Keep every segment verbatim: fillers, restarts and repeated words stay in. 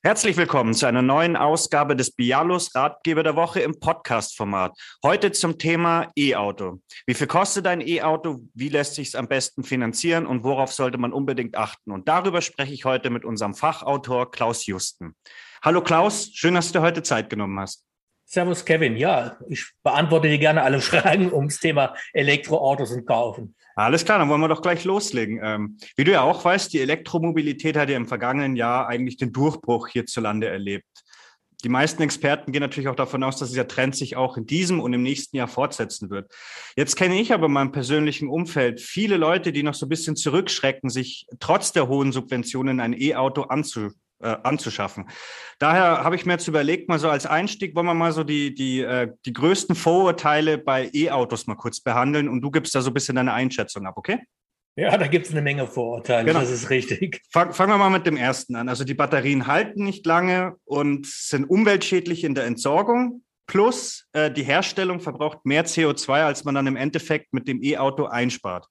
Herzlich willkommen zu einer neuen Ausgabe des Bialos Ratgeber der Woche im Podcast-Format. Heute zum Thema E-Auto. Wie viel kostet ein E-Auto? Wie lässt sich es am besten finanzieren? Und worauf sollte man unbedingt achten? Und darüber spreche ich heute mit unserem Fachautor Klaus Justen. Hallo Klaus, schön, dass du dir heute Zeit genommen hast. Servus Kevin, ja, ich beantworte dir gerne alle Fragen ums Thema Elektroautos und Kaufen. Alles klar, dann wollen wir doch gleich loslegen. Ähm, wie du ja auch weißt, die Elektromobilität hat ja im vergangenen Jahr eigentlich den Durchbruch hierzulande erlebt. Die meisten Experten gehen natürlich auch davon aus, dass dieser Trend sich auch in diesem und im nächsten Jahr fortsetzen wird. Jetzt kenne ich aber in meinem persönlichen Umfeld viele Leute, die noch so ein bisschen zurückschrecken, sich trotz der hohen Subventionen ein E-Auto anzu, äh, anzuschaffen. Daher habe ich mir jetzt überlegt, mal so als Einstieg wollen wir mal so die, die, äh, die größten Vorurteile bei E-Autos mal kurz behandeln und du gibst da so ein bisschen deine Einschätzung ab, okay? Ja, da gibt es eine Menge Vorurteile, genau. Das ist richtig. Fang, fangen wir mal mit dem ersten an. Also die Batterien halten nicht lange und sind umweltschädlich in der Entsorgung. Plus äh, die Herstellung verbraucht mehr C O zwei, als man dann im Endeffekt mit dem E-Auto einspart.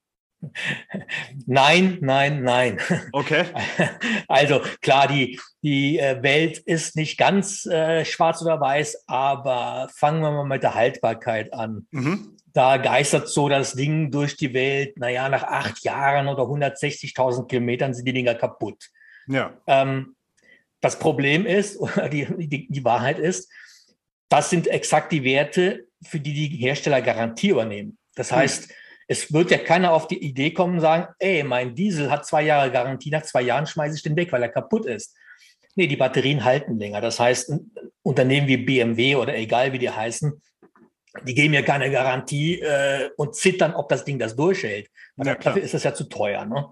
Nein, nein, nein. Okay. Also klar, die, die Welt ist nicht ganz äh, schwarz oder weiß, aber fangen wir mal mit der Haltbarkeit an. Mhm. Da geistert so das Ding durch die Welt. Naja, nach acht Jahren oder hundertsechzigtausend Kilometern sind die Dinger kaputt. Ja. Ähm, das Problem ist, oder die, die, die Wahrheit ist, das sind exakt die Werte, für die die Hersteller Garantie übernehmen. Das heißt, hm. es wird ja keiner auf die Idee kommen und sagen, ey, mein Diesel hat zwei Jahre Garantie, nach zwei Jahren schmeiße ich den weg, weil er kaputt ist. Nee, die Batterien halten länger. Das heißt, Unternehmen wie B M W oder egal wie die heißen, die geben ja keine Garantie äh, und zittern, ob das Ding das durchhält. Ja, dafür ist das ja zu teuer. Ne?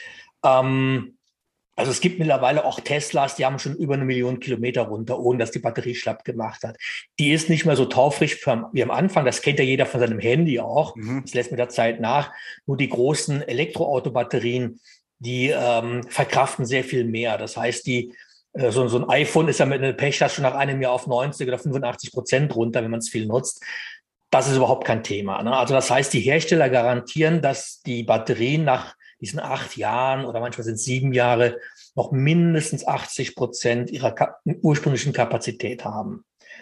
Ähm, also es gibt mittlerweile auch Teslas, die haben schon über eine Million Kilometer runter, ohne dass die Batterie schlapp gemacht hat. Die ist nicht mehr so taufrisch wie am Anfang. Das kennt ja jeder von seinem Handy auch. Mhm. Das lässt mit der Zeit nach. Nur die großen Elektroautobatterien, die ähm, verkraften sehr viel mehr. Das heißt, die äh, so, so ein iPhone ist ja mit einem Pech schon nach einem Jahr auf neunzig oder fünfundachtzig Prozent runter, wenn man es viel nutzt. Das ist überhaupt kein Thema. Ne? Also das heißt, die Hersteller garantieren, dass die Batterien nach diesen acht Jahren oder manchmal sind es sieben Jahre noch mindestens achtzig Prozent ihrer Ka- ursprünglichen Kapazität haben.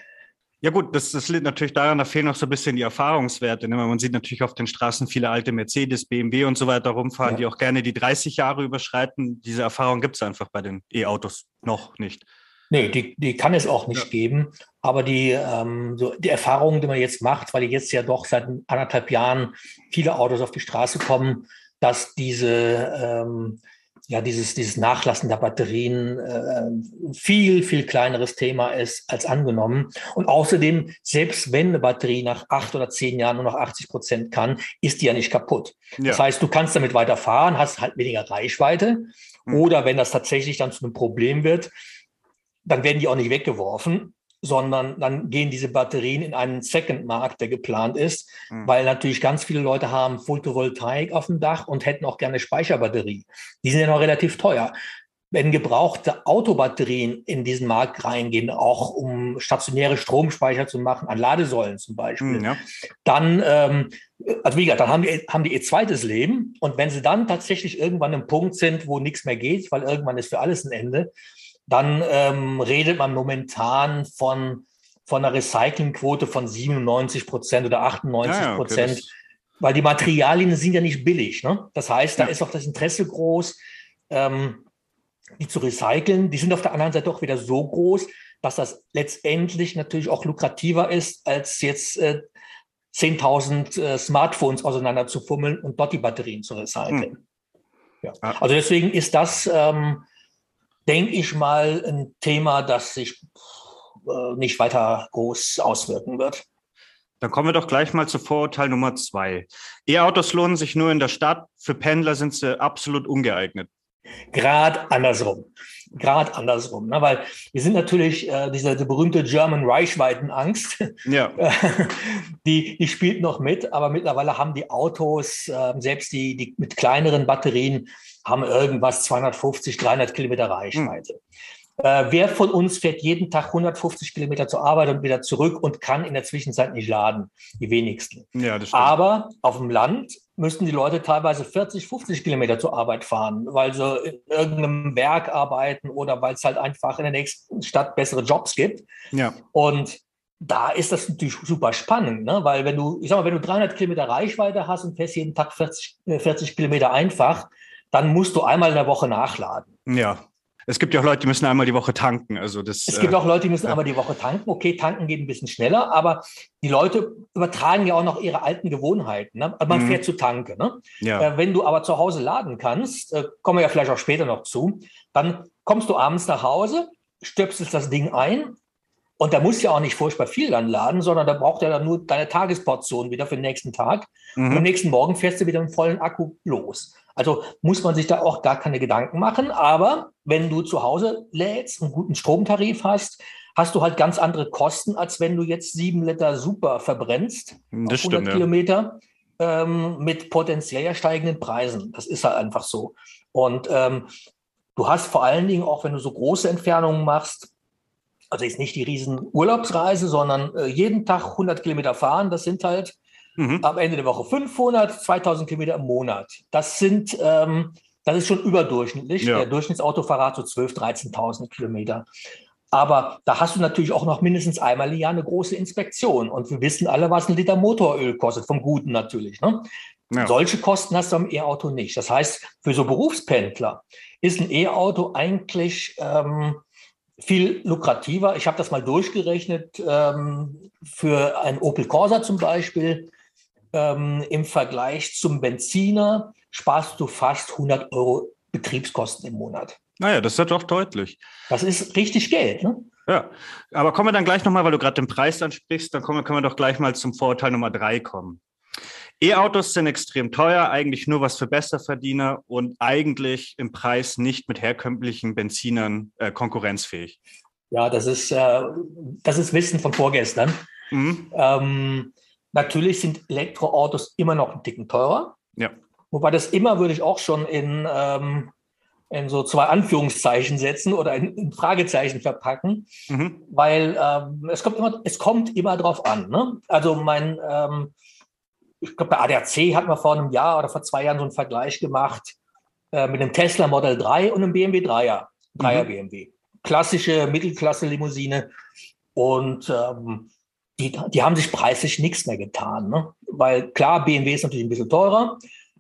Ja gut, das, das liegt natürlich daran, da fehlen noch so ein bisschen die Erfahrungswerte. Ne? Man sieht natürlich auf den Straßen viele alte Mercedes, B M W und so weiter rumfahren, ja. die auch gerne die dreißig Jahre überschreiten. Diese Erfahrung gibt es einfach bei den E-Autos noch nicht. Nee, die, die kann es auch nicht ja. geben. Aber die, ähm, so die Erfahrungen, die man jetzt macht, weil jetzt ja doch seit anderthalb Jahren viele Autos auf die Straße kommen, dass diese, ähm, ja, dieses, dieses Nachlassen der Batterien äh, viel, viel kleineres Thema ist als angenommen. Und außerdem, selbst wenn eine Batterie nach acht oder zehn Jahren nur noch achtzig Prozent kann, ist die ja nicht kaputt. Ja. Das heißt, du kannst damit weiterfahren, hast halt weniger Reichweite. Mhm. Oder wenn das tatsächlich dann zu einem Problem wird, dann werden die auch nicht weggeworfen, sondern dann gehen diese Batterien in einen Second-Markt, der geplant ist, mhm. weil natürlich ganz viele Leute haben Photovoltaik auf dem Dach und hätten auch gerne Speicherbatterie. Die sind ja noch relativ teuer. Wenn gebrauchte Autobatterien in diesen Markt reingehen, auch um stationäre Stromspeicher zu machen, an Ladesäulen zum Beispiel, mhm, ja. dann, ähm, also wie gesagt, dann haben die, haben die ihr zweites Leben. Und wenn sie dann tatsächlich irgendwann im Punkt sind, wo nichts mehr geht, weil irgendwann ist für alles ein Ende, dann ähm, redet man momentan von, von einer Recyclingquote von siebenundneunzig Prozent oder achtundneunzig Prozent, ja, ja, okay, weil die Materialien sind ja nicht billig. Ne? Das heißt, da ja. ist auch das Interesse groß, ähm, die zu recyceln. Die sind auf der anderen Seite auch wieder so groß, dass das letztendlich natürlich auch lukrativer ist, als jetzt äh, zehntausend äh, Smartphones auseinander zu fummeln und dort die Batterien zu recyceln. Hm. Ja. Also deswegen ist das... Ähm, denke ich mal, ein Thema, das sich äh, nicht weiter groß auswirken wird. Dann kommen wir doch gleich mal zu Vorurteil Nummer zwei. E-Autos lohnen sich nur in der Stadt, für Pendler sind sie absolut ungeeignet. Gerade andersrum. Gerade andersrum. Ne? Weil wir sind natürlich, äh, diese die berühmte German Reichweitenangst, ja. die, die spielt noch mit, aber mittlerweile haben die Autos, äh, selbst die, die mit kleineren Batterien, haben irgendwas zweihundertfünfzig, dreihundert Kilometer Reichweite. Hm. Äh, wer von uns fährt jeden Tag hundertfünfzig Kilometer zur Arbeit und wieder zurück und kann in der Zwischenzeit nicht laden? Die wenigsten. Ja, das stimmt. Aber auf dem Land müssten die Leute teilweise vierzig, fünfzig Kilometer zur Arbeit fahren, weil sie in irgendeinem Werk arbeiten oder weil es halt einfach in der nächsten Stadt bessere Jobs gibt. Ja. Und da ist das natürlich super spannend, ne? Weil wenn du, ich sag mal, wenn du dreihundert Kilometer Reichweite hast und fährst jeden Tag vierzig, vierzig Kilometer einfach, dann musst du einmal in der Woche nachladen. Ja. Es gibt ja auch Leute, die müssen einmal die Woche tanken. Also das, es gibt äh, auch Leute, die müssen ja. einmal die Woche tanken. Okay, tanken geht ein bisschen schneller, aber die Leute übertragen ja auch noch ihre alten Gewohnheiten. Ne? Man Mhm. fährt zu tanken. Ne? Ja. Äh, wenn du aber zu Hause laden kannst, äh, kommen wir ja vielleicht auch später noch zu, dann kommst du abends nach Hause, stöpselst das Ding ein und da muss ja auch nicht furchtbar viel dann laden, sondern da braucht er dann nur deine Tagesportion wieder für den nächsten Tag. Mhm. Und am nächsten Morgen fährst du wieder mit vollen Akku los. Also muss man sich da auch gar keine Gedanken machen. Aber wenn du zu Hause lädst, einen guten Stromtarif hast, hast du halt ganz andere Kosten, als wenn du jetzt sieben Liter Super verbrennst Das auf stimmt, hundert ja. Kilometer ähm, mit potenziell ja steigenden Preisen. Das ist halt einfach so. Und ähm, du hast vor allen Dingen auch, wenn du so große Entfernungen machst, also jetzt nicht die riesen Urlaubsreise, sondern äh, jeden Tag hundert Kilometer fahren, das sind halt Mhm. am Ende der Woche fünfhundert, zweitausend Kilometer im Monat. Das sind, ähm, das ist schon überdurchschnittlich. Ja. Der Durchschnittsautofahrer hat so zwölftausend, dreizehntausend Kilometer. Aber da hast du natürlich auch noch mindestens einmal im Jahr eine große Inspektion. Und wir wissen alle, was ein Liter Motoröl kostet, vom Guten natürlich. Ne? Ja. Solche Kosten hast du am E-Auto nicht. Das heißt, für so Berufspendler ist ein E-Auto eigentlich ähm, viel lukrativer. Ich habe das mal durchgerechnet. Ähm, für einen Opel Corsa zum Beispiel, ähm, im Vergleich zum Benziner sparst du fast hundert Euro Betriebskosten im Monat. Naja, das ist ja doch deutlich. Das ist richtig Geld, ne? Ja, aber kommen wir dann gleich nochmal, weil du gerade den Preis ansprichst, dann kommen, können wir doch gleich mal zum Vorurteil Nummer drei kommen. E-Autos sind extrem teuer, eigentlich nur was für Besserverdiener und eigentlich im Preis nicht mit herkömmlichen Benzinern äh, konkurrenzfähig. Ja, das ist, äh, das ist Wissen von vorgestern. Mhm. Ähm, natürlich sind Elektroautos immer noch einen Ticken teurer. Ja. Wobei das immer würde ich auch schon in, ähm, in so zwei Anführungszeichen setzen oder in, in Fragezeichen verpacken, Mhm. weil ähm, es kommt immer, es kommt immer drauf an. Ne? Also mein, ähm, ich glaube, bei A D A C hat man vor einem Jahr oder vor zwei Jahren so einen Vergleich gemacht äh, mit einem Tesla Model drei und einem B M W Dreier, Dreier Mhm. B M W. Klassische Mittelklasse-Limousine. Und ähm, die, die haben sich preislich nichts mehr getan. Ne? Weil klar, B M W ist natürlich ein bisschen teurer,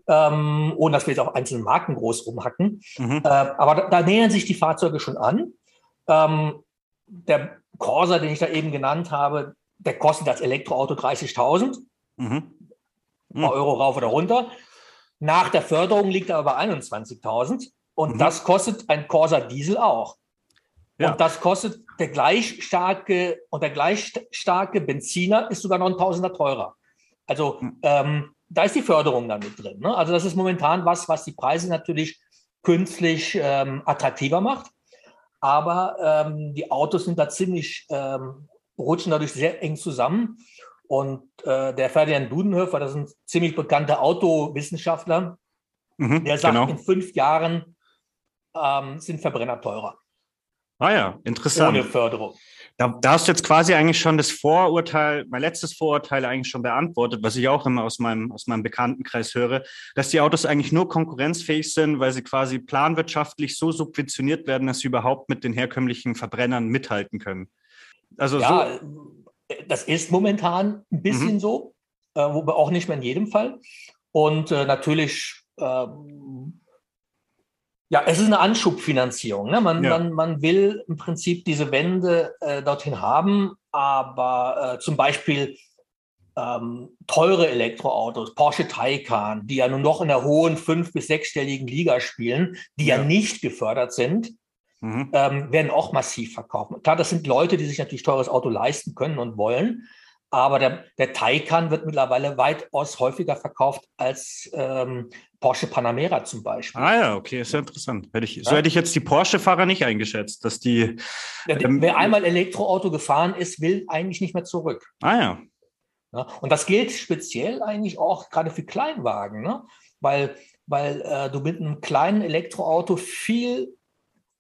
ähm, ohne dass wir jetzt auf einzelnen Marken groß rumhacken. Mhm. Äh, aber da, da nähern sich die Fahrzeuge schon an. Ähm, der Corsa, den ich da eben genannt habe, der kostet als Elektroauto dreißigtausend. Mhm. Ein paar Euro rauf oder runter. Nach der Förderung liegt er aber bei einundzwanzigtausend. Und Mhm. das kostet ein Corsa Diesel auch. Ja. Und das kostet der gleich starke und der gleich starke Benziner ist sogar noch ein Tausender teurer. Also ähm, da ist die Förderung dann mit drin. Ne? Also das ist momentan was, was die Preise natürlich künstlich ähm, attraktiver macht. Aber ähm, die Autos sind da ziemlich, ähm, rutschen dadurch sehr eng zusammen. Und äh, der Ferdinand Dudenhöfer, das ist ein ziemlich bekannter Autowissenschaftler, Mhm. der sagt, Genau. in fünf Jahren ähm, sind Verbrenner teurer. Ah ja, interessant. Ohne Förderung. Da, da hast du jetzt quasi eigentlich schon das Vorurteil, mein letztes Vorurteil eigentlich schon beantwortet, was ich auch immer aus meinem, aus meinem Bekanntenkreis höre, dass die Autos eigentlich nur konkurrenzfähig sind, weil sie quasi planwirtschaftlich so subventioniert werden, dass sie überhaupt mit den herkömmlichen Verbrennern mithalten können. Also Ja, so. das ist momentan ein bisschen Mhm. so, äh, wobei auch nicht mehr in jedem Fall. Und äh, natürlich, ähm, ja, es ist eine Anschubfinanzierung. Ne? Man, Ja. man, man will im Prinzip diese Wende äh, dorthin haben, aber äh, zum Beispiel ähm, teure Elektroautos, Porsche Taycan, die ja nun noch in der hohen fünf- bis sechsstelligen Liga spielen, die ja, Ja. nicht gefördert sind, Mhm. ähm, werden auch massiv verkauft. Klar, das sind Leute, die sich natürlich teures Auto leisten können und wollen, aber der, der Taycan wird mittlerweile weitaus häufiger verkauft als ähm, Porsche Panamera zum Beispiel. Ah ja, okay, ist ja interessant. Hätte ich, so Ja. hätte ich jetzt die Porsche-Fahrer nicht eingeschätzt, dass die. Ja, Ähm, wer einmal Elektroauto gefahren ist, will eigentlich nicht mehr zurück. ah ja. Ja, und das gilt speziell eigentlich auch gerade für Kleinwagen, ne? weil, weil äh, du mit einem kleinen Elektroauto viel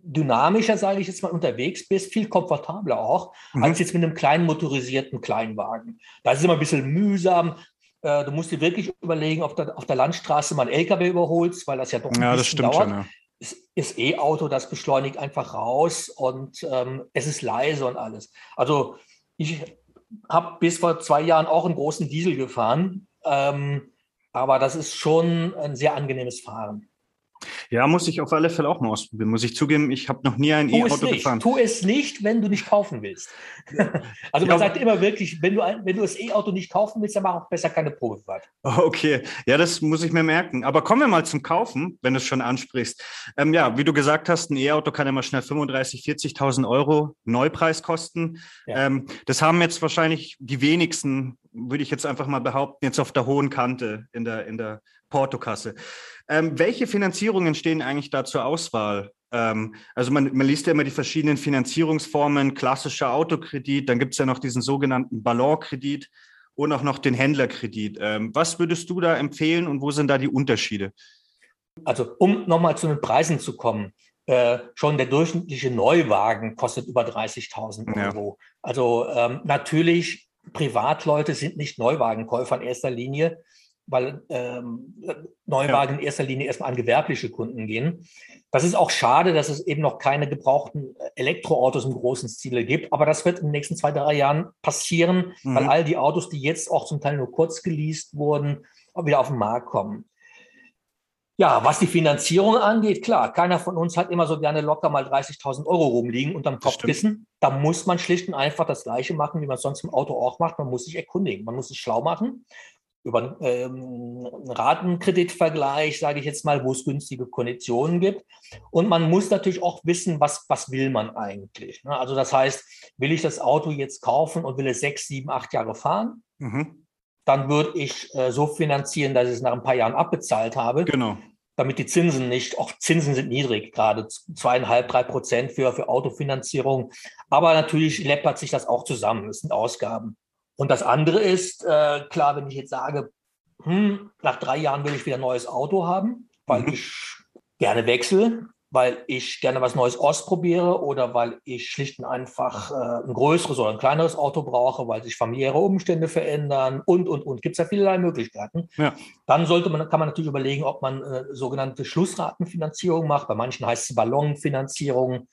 dynamischer, sage ich jetzt mal, unterwegs bist, viel komfortabler auch, mhm. als jetzt mit einem kleinen motorisierten Kleinwagen. Da ist es immer ein bisschen mühsam. Du musst dir wirklich überlegen, ob du auf der Landstraße mal einen L K W überholst, weil das ja doch ein ja, bisschen das stimmt dauert. Schon, ja. Das ist E-Auto, das beschleunigt einfach raus und ähm, es ist leise und alles. Also ich habe bis vor zwei Jahren auch einen großen Diesel gefahren, ähm, aber das ist schon ein sehr angenehmes Fahren. Ja, muss ich auf alle Fälle auch mal ausprobieren. Muss ich zugeben, ich habe noch nie ein tu E-Auto gefahren. Tu es nicht, wenn du nicht kaufen willst. Also man ja, sagt immer wirklich, wenn du, ein, wenn du das E-Auto nicht kaufen willst, dann mach auch besser keine Probefahrt. Okay, ja, das muss ich mir merken. Aber kommen wir mal zum Kaufen, wenn du es schon ansprichst. Ähm, ja, wie du gesagt hast, ein E-Auto kann immer schnell fünfunddreißigtausend, vierzigtausend Euro Neupreis kosten. Ja. Ähm, das haben jetzt wahrscheinlich die wenigsten, würde ich jetzt einfach mal behaupten, jetzt auf der hohen Kante in der, in der Portokasse. Ähm, welche Finanzierungen stehen eigentlich da zur Auswahl? Ähm, also man, man liest ja immer die verschiedenen Finanzierungsformen, klassischer Autokredit, dann gibt es ja noch diesen sogenannten Ballonkredit und auch noch den Händlerkredit. Ähm, was würdest du da empfehlen und wo sind da die Unterschiede? Also um nochmal zu den Preisen zu kommen, äh, schon der durchschnittliche Neuwagen kostet über dreißigtausend Euro. Ja. Also ähm, natürlich, Privatleute sind nicht Neuwagenkäufer in erster Linie, weil ähm, Neuwagen ja. in erster Linie erstmal an gewerbliche Kunden gehen. Das ist auch schade, dass es eben noch keine gebrauchten Elektroautos im großen Stile gibt, aber das wird in den nächsten zwei, drei Jahren passieren, mhm. weil all die Autos, die jetzt auch zum Teil nur kurz geleast wurden, auch wieder auf den Markt kommen. Ja, was die Finanzierung angeht, klar, keiner von uns hat immer so gerne locker mal dreißigtausend Euro rumliegen unterm Kopfkissen. Da muss man schlicht und einfach das Gleiche machen, wie man es sonst im Auto auch macht. Man muss sich erkundigen, man muss sich schlau machen. Über ähm, einen Ratenkreditvergleich, sage ich jetzt mal, wo es günstige Konditionen gibt. Und man muss natürlich auch wissen, was, was will man eigentlich. Ne? Also das heißt, will ich das Auto jetzt kaufen und will es sechs, sieben, acht Jahre fahren? Mhm. Dann würde ich äh, so finanzieren, dass ich es nach ein paar Jahren abbezahlt habe. Genau. Damit die Zinsen nicht, auch Zinsen sind niedrig, gerade zweieinhalb, drei Prozent für, für Autofinanzierung. Aber natürlich läppert sich das auch zusammen. Das sind Ausgaben. Und das andere ist, äh, klar, wenn ich jetzt sage, hm, nach drei Jahren will ich wieder ein neues Auto haben, weil mhm. ich gerne wechsle, weil ich gerne was Neues ausprobiere oder weil ich schlicht und einfach äh, ein größeres oder ein kleineres Auto brauche, weil sich familiäre Umstände verändern und, und, und. Gibt es ja vielerlei Möglichkeiten. Ja. Dann sollte man, kann man natürlich überlegen, ob man äh, sogenannte Schlussratenfinanzierung macht. Bei manchen heißt es Ballonfinanzierung.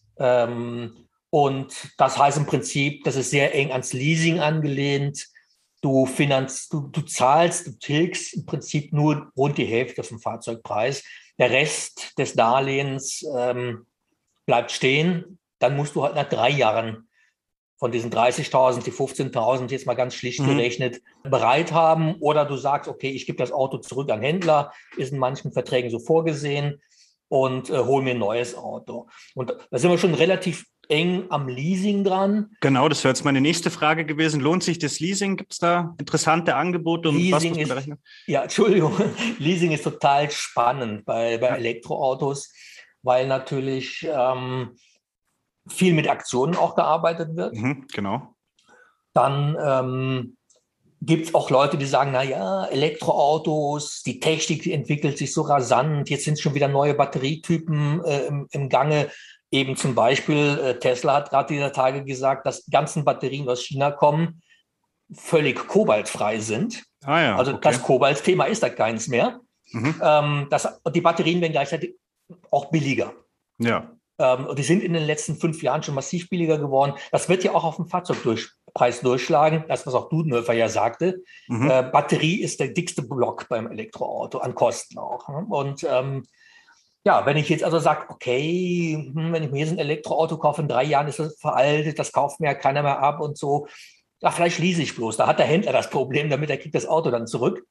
Ähm, Und das heißt im Prinzip, das ist sehr eng ans Leasing angelehnt. Du, finanz, du, du zahlst, du tilgst im Prinzip nur rund die Hälfte vom Fahrzeugpreis. Der Rest des Darlehens ähm, bleibt stehen. Dann musst du halt nach drei Jahren von diesen dreißigtausend, die fünfzehntausend jetzt mal ganz schlicht mhm. gerechnet, bereit haben. Oder du sagst, okay, ich gebe das Auto zurück an den Händler, ist in manchen Verträgen so vorgesehen und äh, hol mir ein neues Auto. Und da sind wir schon relativ eng am Leasing dran. Genau, das wäre jetzt meine nächste Frage gewesen. Lohnt sich das Leasing? Gibt es da interessante Angebote? Und Leasing was muss man ist, berechnen? Ja, Entschuldigung. Leasing ist total spannend bei, bei ja. Elektroautos, weil natürlich ähm, viel mit Aktionen auch gearbeitet wird. Mhm, genau. Dann ähm, gibt es auch Leute, die sagen, naja, Elektroautos, die Technik die entwickelt sich so rasant, jetzt sind schon wieder neue Batterietypen äh, im, im Gange. Eben zum Beispiel, äh, Tesla hat gerade dieser Tage gesagt, dass die ganzen Batterien aus China kommen, völlig kobaltfrei sind. Ah ja, also okay. Das Kobaltthema ist da keins mehr. Mhm. Ähm, das, die Batterien werden gleichzeitig auch billiger. Ja. Ähm, und die sind in den letzten fünf Jahren schon massiv billiger geworden. Das wird ja auch auf dem Fahrzeugpreis durchschlagen, das, was auch Dudenhöfer ja sagte. Mhm. Äh, Batterie ist der dickste Block beim Elektroauto, an Kosten auch. Ne? Und ähm, ja, wenn ich jetzt also sage, okay, wenn ich mir jetzt ein Elektroauto kaufe, in drei Jahren ist das veraltet, das kauft mir ja keiner mehr ab und so, ja, vielleicht lease ich bloß. Da hat der Händler das Problem, damit er kriegt das Auto dann zurück.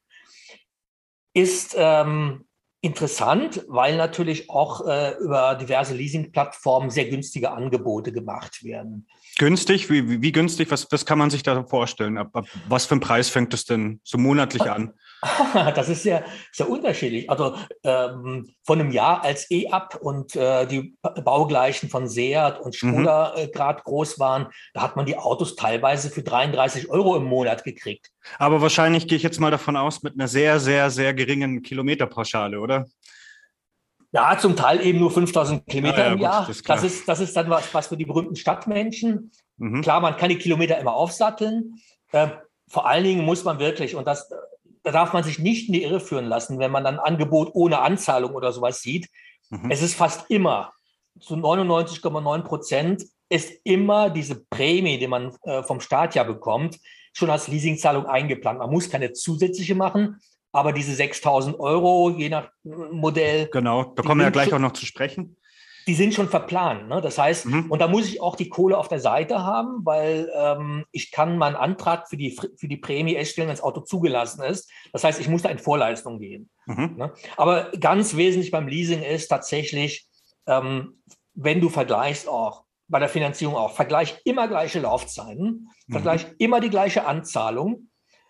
Ist ähm, interessant, weil natürlich auch äh, über diverse Leasing-Plattformen sehr günstige Angebote gemacht werden. Günstig? Wie, wie, wie günstig? Was, was kann man sich da vorstellen? Ab, ab was für einen Preis fängt es denn so monatlich an? Das ist sehr, sehr unterschiedlich. Also ähm, von einem Jahr als E-Up und äh, die Baugleichen von Seat und Skoda mhm. äh, gerade groß waren, da hat man die Autos teilweise für dreiunddreißig Euro im Monat gekriegt. Aber wahrscheinlich gehe ich jetzt mal davon aus, mit einer sehr, sehr, sehr geringen Kilometerpauschale, oder? Ja, zum Teil eben nur fünftausend Kilometer Ah, ja, im gut, Jahr. das ist Das klar. ist, das ist dann was, was für die berühmten Stadtmenschen. Mhm. Klar, man kann die Kilometer immer aufsatteln. Ähm, vor allen Dingen muss man wirklich, und das, da darf man sich nicht in die Irre führen lassen, wenn man dann ein Angebot ohne Anzahlung oder sowas sieht. Mhm. Es ist fast immer, zu neunundneunzig Komma neun Prozent ist immer diese Prämie, die man äh, vom Staat ja bekommt, schon als Leasingzahlung eingeplant. Man muss keine zusätzliche machen, aber diese sechstausend Euro, je nach Modell, Genau, da die kommen wir ja sind gleich auch schon, noch zu sprechen. die sind schon verplant. Ne? Das heißt, Mhm. und da muss ich auch die Kohle auf der Seite haben, weil ähm, ich kann meinen Antrag für die, für die Prämie erst stellen, wenn das Auto zugelassen ist. Das heißt, ich muss da in Vorleistung gehen. Mhm. Ne? Aber ganz wesentlich beim Leasing ist tatsächlich, ähm, wenn du vergleichst auch, bei der Finanzierung auch, vergleich immer gleiche Laufzeiten, vergleich Mhm. immer die gleiche Anzahlung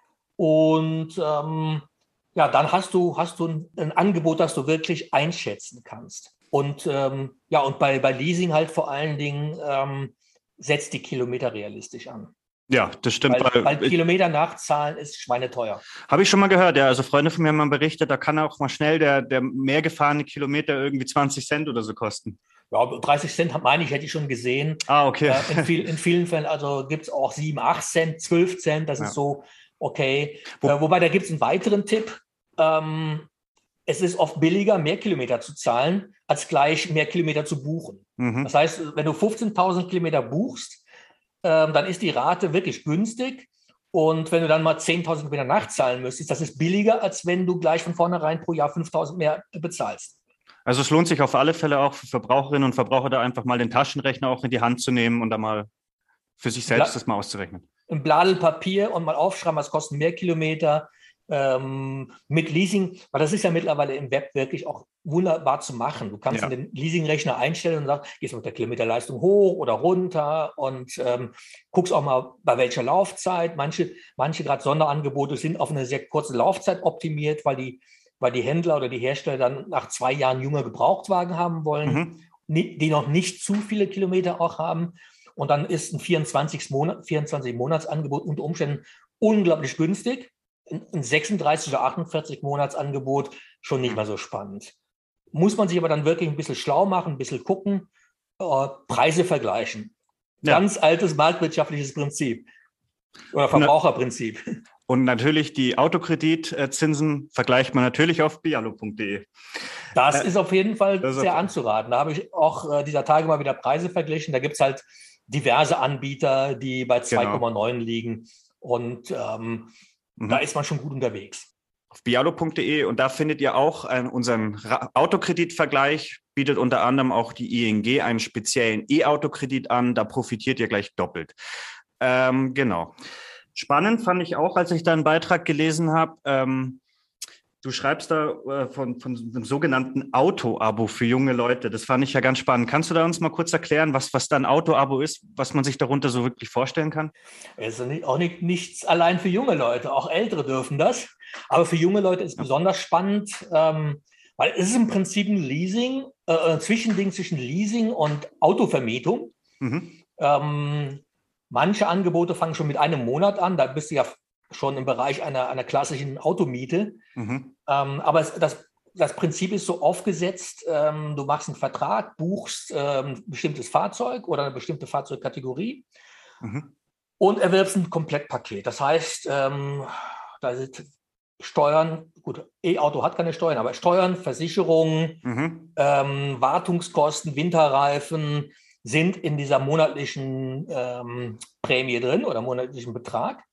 und ähm, ja, dann hast du, hast du ein, ein Angebot, das du wirklich einschätzen kannst. Und ähm, ja, und bei, bei Leasing halt vor allen Dingen ähm, setzt die Kilometer realistisch an. Ja, das stimmt, Weil, weil weil ich, Kilometer nachzahlen ist schweineteuer. habe ich schon mal gehört, ja. Also Freunde von mir haben mal berichtet, da kann auch mal schnell der, der mehr gefahrene Kilometer irgendwie zwanzig Cent oder so kosten. Ja, dreißig Cent, meine ich, hätte ich schon gesehen. Ah, okay. Äh, in, viel, in vielen Fällen also gibt es auch sieben, acht Cent, zwölf Cent, das ist Ja. so okay. Äh, Wo, wobei, da gibt es einen weiteren Tipp. Ähm, es ist oft billiger, mehr Kilometer zu zahlen, als gleich mehr Kilometer zu buchen. Das mhm. heißt, wenn du fünfzehntausend Kilometer buchst, ähm, dann ist die Rate wirklich günstig. Und wenn du dann mal zehntausend Kilometer nachzahlen müsstest, das ist billiger, als wenn du gleich von vornherein pro Jahr fünftausend mehr bezahlst. Also es lohnt sich auf alle Fälle auch für Verbraucherinnen und Verbraucher da einfach mal den Taschenrechner auch in die Hand zu nehmen und da mal für sich selbst das mal auszurechnen. Ein Bladel Papier und mal aufschreiben, was kosten mehr Kilometer ähm, mit Leasing, weil das ist ja mittlerweile im Web wirklich auch wunderbar zu machen. Du kannst Ja. in den Leasingrechner einstellen und sagst, gehst mit der Kilometerleistung hoch oder runter und ähm, guckst auch mal, bei welcher Laufzeit. Manche, manche gerade Sonderangebote sind auf eine sehr kurze Laufzeit optimiert, weil die, weil die Händler oder die Hersteller dann nach zwei Jahren jünger Gebrauchtwagen haben wollen, Mhm. die noch nicht zu viele Kilometer auch haben. Und dann ist ein vierundzwanzig Monat, vierundzwanzig Monatsangebot unter Umständen unglaublich günstig. Ein sechsunddreißig oder achtundvierzig Monatsangebot schon nicht mehr so spannend. Muss man sich aber dann wirklich ein bisschen schlau machen, ein bisschen gucken, äh, Preise vergleichen. Ja. Ganz altes marktwirtschaftliches Prinzip oder Verbraucherprinzip. Und natürlich die Autokreditzinsen vergleicht man natürlich auf bialo punkt de. Das Äh, ist auf jeden Fall das ist sehr auf- anzuraten. Da habe ich auch äh, dieser Tage mal wieder Preise verglichen. Da gibt es halt diverse Anbieter, die bei zwei Komma neun Genau. liegen. Und ähm, Mhm. da ist man schon gut unterwegs. Auf bialo punkt de und da findet ihr auch äh, unseren Ra- Autokreditvergleich, bietet unter anderem auch die I N G einen speziellen E-Autokredit an, da profitiert ihr gleich doppelt. Ähm, genau. Spannend fand ich auch, als ich deinen Beitrag gelesen habe, ähm, du schreibst da äh, von, von einem sogenannten Auto-Abo für junge Leute. Das fand ich ja ganz spannend. Kannst du da uns mal kurz erklären, was, was da ein Auto-Abo ist, was man sich darunter so wirklich vorstellen kann? Es ist nicht, auch nicht, nichts allein für junge Leute, auch Ältere dürfen das. Aber für junge Leute ist Ja. besonders spannend, ähm, weil es ist im Prinzip ein Leasing, äh, ein Zwischending zwischen Leasing und Autovermietung. Mhm. Ähm, manche Angebote fangen schon mit einem Monat an, da bist du ja schon im Bereich einer, einer klassischen Automiete. Mhm. Ähm, aber es, das, das Prinzip ist so aufgesetzt, ähm, du machst einen Vertrag, buchst ähm, ein bestimmtes Fahrzeug oder eine bestimmte Fahrzeugkategorie Mhm. und erwirbst ein Komplettpaket. Das heißt, ähm, da sind Steuern, gut, E-Auto hat keine Steuern, aber Steuern, Versicherungen, Mhm. ähm, Wartungskosten, Winterreifen sind in dieser monatlichen ähm, Prämie drin oder monatlichen Betrag.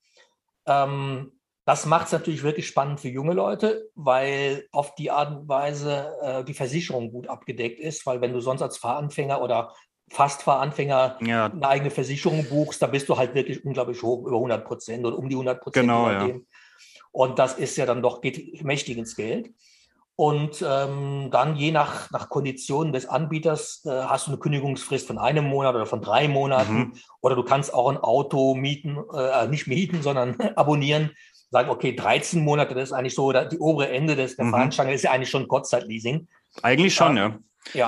Ähm, das macht es natürlich wirklich spannend für junge Leute, weil auf die Art und Weise äh, die Versicherung gut abgedeckt ist, weil wenn du sonst als Fahranfänger oder fast Fahranfänger Ja, eine eigene Versicherung buchst, da bist du halt wirklich unglaublich hoch, über hundert Prozent oder um die hundert Prozent, je genau, ja. nachdem. Und das ist ja dann doch, geht mächtig ins Geld. Und ähm, dann je nach, nach Konditionen des Anbieters äh, hast du eine Kündigungsfrist von einem Monat oder von drei Monaten. Mhm. Oder du kannst auch ein Auto mieten, äh, nicht mieten, sondern abonnieren. Sagen, okay, dreizehn Monate, das ist eigentlich so die obere Ende des, der Mhm. Fahnenstange, ist ja eigentlich schon Kurzzeitleasing. Eigentlich schon, Äh, ja. ja,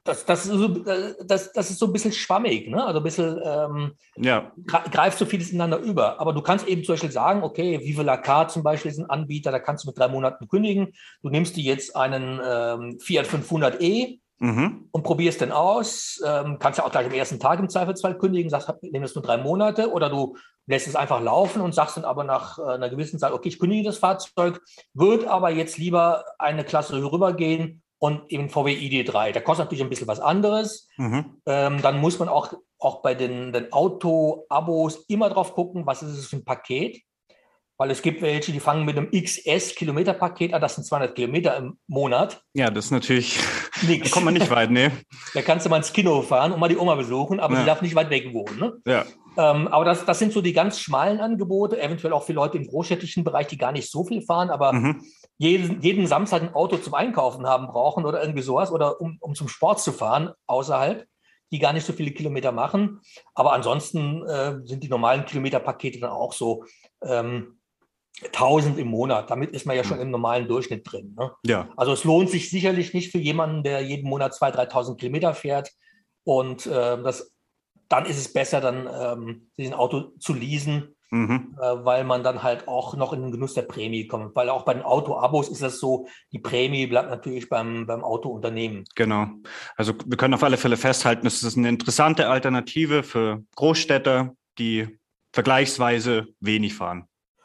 Das, das, ist so, das, das ist so ein bisschen schwammig, ne? Also ein bisschen ähm, Ja. greift so vieles ineinander über. Aber du kannst eben zum Beispiel sagen, okay, Vive la Carte zum Beispiel ist ein Anbieter, da kannst du mit drei Monaten kündigen. Du nimmst dir jetzt einen ähm, Fiat fünfhundert e Mhm. und probierst den aus. Ähm, kannst ja auch gleich am ersten Tag im Zweifelsfall kündigen, sagst, nimm das nur drei Monate. Oder du lässt es einfach laufen und sagst dann aber nach äh, einer gewissen Zeit, okay, ich kündige das Fahrzeug, würde aber jetzt lieber eine Klasse rübergehen und eben V W I D drei. Da kostet natürlich ein bisschen was anderes. Mhm. Ähm, dann muss man auch, auch bei den, den Auto-Abos immer drauf gucken, was ist es für ein Paket. Weil es gibt welche, die fangen mit einem X S-Kilometer-Paket an, das sind zweihundert Kilometer im Monat. Ja, das ist natürlich, da Nix. kommt man nicht weit, ne? Da kannst du mal ins Kino fahren und mal die Oma besuchen, aber Ja. die darf nicht weit weg wohnen. Ne? Ja. Ähm, aber das, das sind so die ganz schmalen Angebote, eventuell auch für Leute im großstädtischen Bereich, die gar nicht so viel fahren, aber Mhm. jeden, jeden Samstag ein Auto zum Einkaufen haben brauchen oder irgendwie sowas oder um, um zum Sport zu fahren außerhalb, die gar nicht so viele Kilometer machen. Aber ansonsten äh, sind die normalen Kilometerpakete dann auch so ähm, tausend im Monat. Damit ist man ja schon im normalen Durchschnitt drin. Ne? Ja. Also es lohnt sich sicherlich nicht für jemanden, der jeden Monat zweitausend, dreitausend Kilometer fährt. Und äh, das, dann ist es besser, dann ähm, sich ein Auto zu leasen, Mhm. äh, weil man dann halt auch noch in den Genuss der Prämie kommt. Weil auch bei den Auto-Abos ist das so, die Prämie bleibt natürlich beim, beim Autounternehmen. Genau. Also wir können auf alle Fälle festhalten, es ist eine interessante Alternative für Großstädter, die vergleichsweise wenig fahren.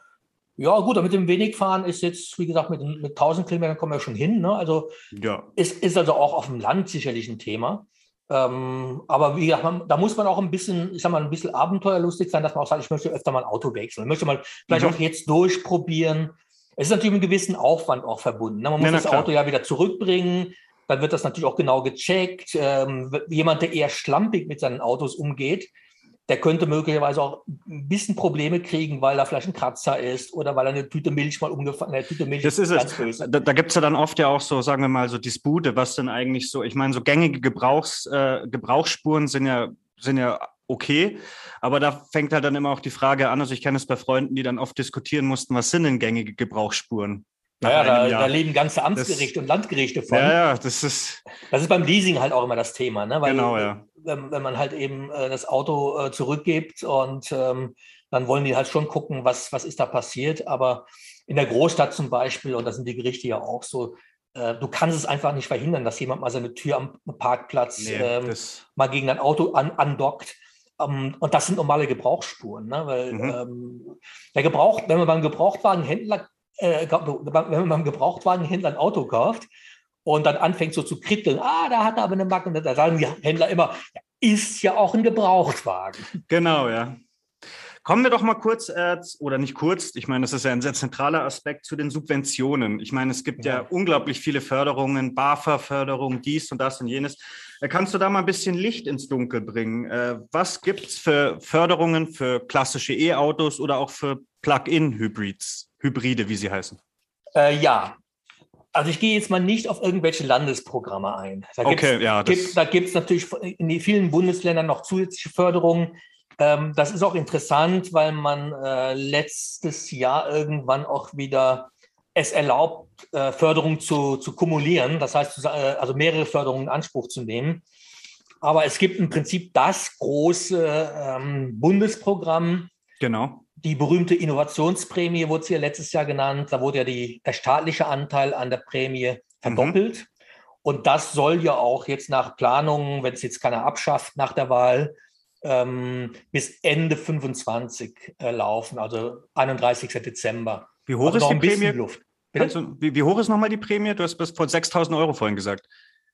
Ja, gut, aber mit dem Wenigfahren ist jetzt, wie gesagt, mit, mit tausend Kilometern kommen wir schon hin. Ne? Also Ja. ist, ist also auch auf dem Land sicherlich ein Thema. Ähm, aber wie gesagt, man, da muss man auch ein bisschen, ich sag mal, ein bisschen abenteuerlustig sein, dass man auch sagt, ich möchte öfter mal ein Auto wechseln. Ich möchte mal vielleicht Mhm. auch jetzt durchprobieren. Es ist natürlich mit einem gewissen Aufwand auch verbunden. Ne? Man muss Ja, na das klar. Auto ja wieder zurückbringen. Dann wird das natürlich auch genau gecheckt. Ähm, jemand, der eher schlampig mit seinen Autos umgeht, der könnte möglicherweise auch ein bisschen Probleme kriegen, weil da vielleicht ein Kratzer ist oder weil er eine Tüte Milch mal umgefangen hat. Eine Tüte Milch Das ist ganz es. böse. Da, da gibt es ja dann oft ja auch so, sagen wir mal, so Dispute, was denn eigentlich so, ich meine, so gängige Gebrauchs, äh, Gebrauchsspuren sind ja, sind ja okay, aber da fängt halt dann immer auch die Frage an, also ich kenne es bei Freunden, die dann oft diskutieren mussten, was sind denn gängige Gebrauchsspuren nach Naja, einem da, da Jahr? leben ganze Das, Amtsgerichte und Landgerichte ja, von. ja, das ist, Das ist beim Leasing halt auch immer das Thema, ne? genau, Weil ja. wenn, wenn man halt eben äh, das Auto äh, zurückgibt und ähm, dann wollen die halt schon gucken, was, was ist da passiert. Aber in der Großstadt zum Beispiel, und das sind die Gerichte ja auch so, äh, du kannst es einfach nicht verhindern, dass jemand mal seine Tür am Parkplatz Nee, ähm, das, mal gegen ein Auto an, andockt. Ähm, und das sind normale Gebrauchsspuren, ne? Weil mhm. ähm, der Gebrauch, wenn man beim Gebrauchtwagenhändler, äh, wenn man beim Gebrauchtwagenhändler ein Auto kauft, und dann anfängt so zu kritteln, ah, da hat er aber eine Macke. Und da sagen die Händler immer, ja, ist ja auch ein Gebrauchtwagen. Genau, ja. Kommen wir doch mal kurz, äh, oder nicht kurz, ich meine, das ist ja ein sehr zentraler Aspekt zu den Subventionen. Ich meine, es gibt ja, Ja. unglaublich viele Förderungen, BAFA-Förderung, dies und das und jenes. Äh, kannst du da mal ein bisschen Licht ins Dunkel bringen? Äh, was gibt es für Förderungen für klassische E-Autos oder auch für Plug-in-Hybrids, Hybride, wie sie heißen? Äh, ja, also ich gehe jetzt mal nicht auf irgendwelche Landesprogramme ein. Da gibt's, Okay, ja, das, gibt, da gibt es natürlich in den vielen Bundesländern noch zusätzliche Förderungen. Ähm, das ist auch interessant, weil man äh, letztes Jahr irgendwann auch wieder es erlaubt, äh, Förderung zu, zu kumulieren. Das heißt, äh, also mehrere Förderungen in Anspruch zu nehmen. Aber es gibt im Prinzip das große ähm, Bundesprogramm, genau. die berühmte Innovationsprämie wurde sie ja letztes Jahr genannt. Da wurde ja die, der staatliche Anteil an der Prämie verdoppelt. Mhm. Und das soll ja auch jetzt nach Planungen, wenn es jetzt keiner abschafft nach der Wahl, ähm, bis Ende fünfundzwanzig äh, laufen, also einunddreißigsten Dezember. Wie hoch also ist noch die ein Prämie? bisschen Luft. Du, wie, wie hoch ist nochmal die Prämie? Du hast bis vor sechstausend Euro vorhin gesagt.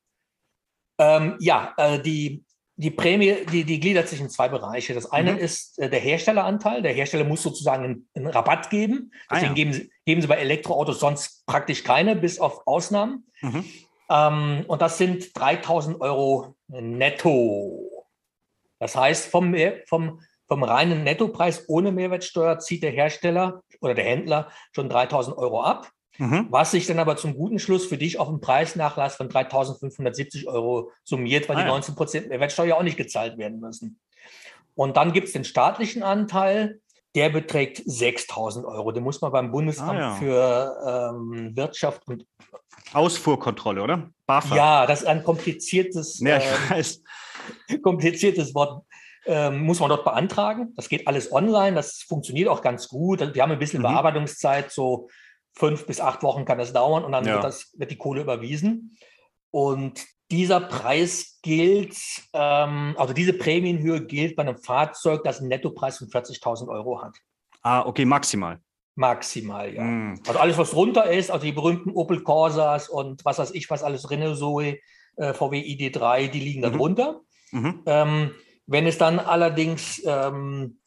Ähm, ja, äh, die, die Prämie, die, die gliedert sich in zwei Bereiche. Das eine mhm. ist äh, der Herstelleranteil. Der Hersteller muss sozusagen einen, einen Rabatt geben. Deswegen ah, ja. geben, sie, geben sie bei Elektroautos sonst praktisch keine, bis auf Ausnahmen. Mhm. Ähm, und das sind dreitausend Euro netto. Das heißt, vom, vom, vom reinen Nettopreis ohne Mehrwertsteuer zieht der Hersteller oder der Händler schon dreitausend Euro ab. Mhm. Was sich dann aber zum guten Schluss für dich auf einen Preisnachlass von dreitausendfünfhundertsiebzig Euro summiert, weil ah, die neunzehn Prozent Mehrwertsteuer auch nicht gezahlt werden müssen. Und dann gibt es den staatlichen Anteil. der beträgt sechstausend Euro. Den muss man beim Bundesamt ah, ja. für ähm, Wirtschaft und Ausfuhrkontrolle, oder? BAFA. Ja, das ist ein kompliziertes, ja, ich ähm, weiß. kompliziertes Wort. Ähm, muss man dort beantragen. Das geht alles online. Das funktioniert auch ganz gut. Wir haben ein bisschen mhm. Bearbeitungszeit, so fünf bis acht Wochen kann das dauern und dann ja. wird, das, wird die Kohle überwiesen. Und dieser Preis gilt, ähm, also diese Prämienhöhe gilt bei einem Fahrzeug, das einen Nettopreis von vierzigtausend Euro hat. Ah, okay, maximal. Maximal, ja. Mm. Also alles, was drunter ist, also die berühmten Opel Corsas und was weiß ich, was alles, Renault Zoe, äh, V W I D drei, die liegen da mhm. drunter. Mhm. Ähm, wenn es dann allerdings ähm,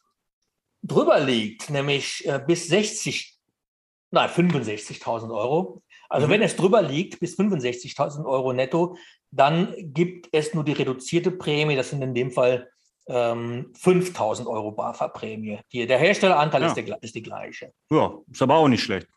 drüber liegt, nämlich äh, bis sechzig, nein, fünfundsechzigtausend Euro, also mhm. wenn es drüber liegt, bis fünfundsechzigtausend Euro netto, dann gibt es nur die reduzierte Prämie, das sind in dem Fall ähm, fünftausend Euro BAFA-Prämie. Die, der Herstelleranteil ja. ist, der, ist die gleiche. Ja, ist aber auch nicht schlecht.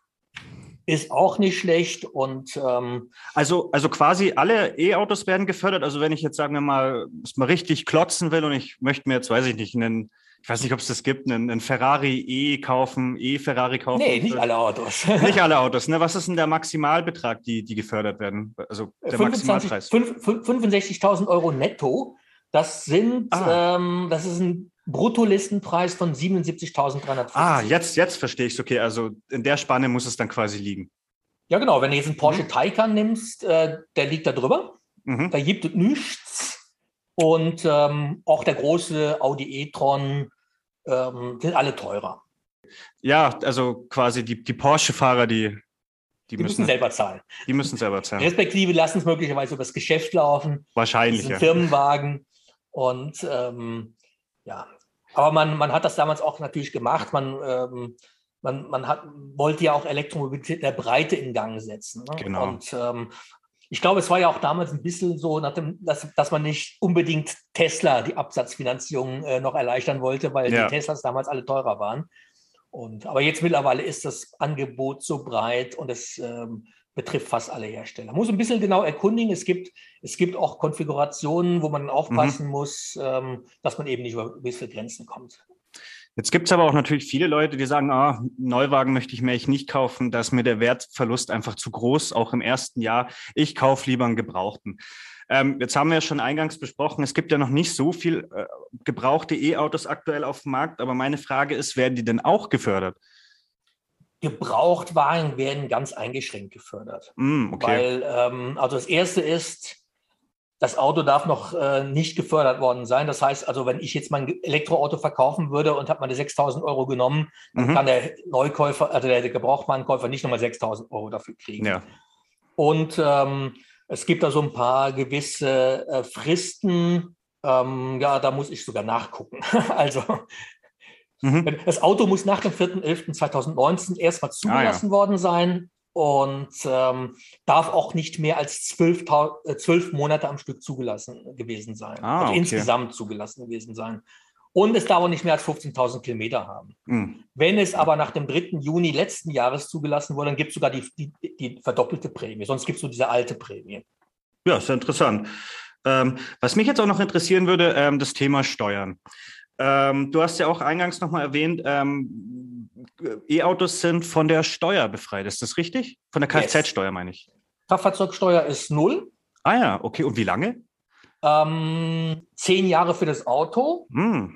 Ist auch nicht schlecht. Und ähm, also, also quasi alle E-Autos werden gefördert. Also wenn ich jetzt, sagen wir mal, es mal richtig klotzen will und ich möchte mir jetzt, weiß ich nicht, einen, ich weiß nicht, ob es das gibt, einen, einen Ferrari E kaufen, E-Ferrari kaufen. Nee, nicht alle Autos. Nicht alle Autos, ne? Was ist denn der Maximalbetrag, die, die gefördert werden? Also der Maximalpreis? fünfundsechzigtausend Euro netto. Das sind, ah. ähm, das ist ein Bruttolistenpreis von siebenundsiebzigtausenddreihundertfünfzig. Ah, jetzt, jetzt verstehe ich es. Okay, also in der Spanne muss es dann quasi liegen. Ja, genau. Wenn du jetzt einen Porsche mhm. Taycan nimmst, äh, der liegt da drüber. Mhm. Da gibt es nichts. Und ähm, auch der große Audi e-tron ähm, sind alle teurer. Ja, also quasi die, die Porsche-Fahrer, die, die, die müssen, müssen selber zahlen. Die müssen selber zahlen. Respektive lassen es möglicherweise über das Geschäft laufen. Wahrscheinlich, das sind ja. Firmenwagen. Und ähm, ja, aber man, man hat das damals auch natürlich gemacht. Man, ähm, man, man hat, wollte ja auch Elektromobilität in der Breite in Gang setzen. Ne? Genau. Und ähm, ich glaube, es war ja auch damals ein bisschen so, nach dem, dass, dass man nicht unbedingt Tesla die Absatzfinanzierung äh, noch erleichtern wollte, weil ja. die Teslas damals alle teurer waren. Und, aber jetzt mittlerweile ist das Angebot so breit und es ähm, betrifft fast alle Hersteller. Man muss ein bisschen genau erkundigen. Es gibt, es gibt auch Konfigurationen, wo man aufpassen mhm. muss, ähm, dass man eben nicht über gewisse Grenzen kommt. Jetzt gibt es aber auch natürlich viele Leute, die sagen, ah, Neuwagen möchte ich mir echt nicht kaufen, da ist mir der Wertverlust einfach zu groß, auch im ersten Jahr. Ich kaufe lieber einen Gebrauchten. Ähm, jetzt haben wir ja schon eingangs besprochen, es gibt ja noch nicht so viel äh, gebrauchte E-Autos aktuell auf dem Markt, aber meine Frage ist, werden die denn auch gefördert? Gebrauchtwagen werden ganz eingeschränkt gefördert. Mm, okay. Weil, ähm, also das Erste ist, das Auto darf noch äh, nicht gefördert worden sein. Das heißt also, wenn ich jetzt mein Elektroauto verkaufen würde und habe meine sechstausend Euro genommen, dann mhm. kann der Neukäufer, also der Gebrauchtwagenkäufer nicht nochmal sechstausend Euro dafür kriegen. Ja. Und ähm, es gibt da so ein paar gewisse äh, Fristen. Ähm, ja, da muss ich sogar nachgucken. Also mhm. das Auto muss nach dem vierten elften zweitausendneunzehn erstmal zugelassen ah, ja. worden sein. Und ähm, darf auch nicht mehr als zwölf, äh, zwölf Monate am Stück zugelassen gewesen sein. Ah, also okay. insgesamt zugelassen gewesen sein. Und es darf auch nicht mehr als fünfzehntausend Kilometer haben. Mhm. Wenn es aber nach dem dritten Juni letzten Jahres zugelassen wurde, dann gibt es sogar die, die, die verdoppelte Prämie. Sonst gibt es nur diese alte Prämie. Ja, sehr interessant. Ähm, was mich jetzt auch noch interessieren würde, ähm, das Thema Steuern. Ähm, du hast ja auch eingangs nochmal erwähnt, ähm, E-Autos sind von der Steuer befreit. Ist das richtig? Von der Kfz-Steuer, yes. meine ich. Kraftfahrzeugsteuer ist null. Ah ja, okay. Und wie lange? Ähm, zehn Jahre für das Auto. Hm.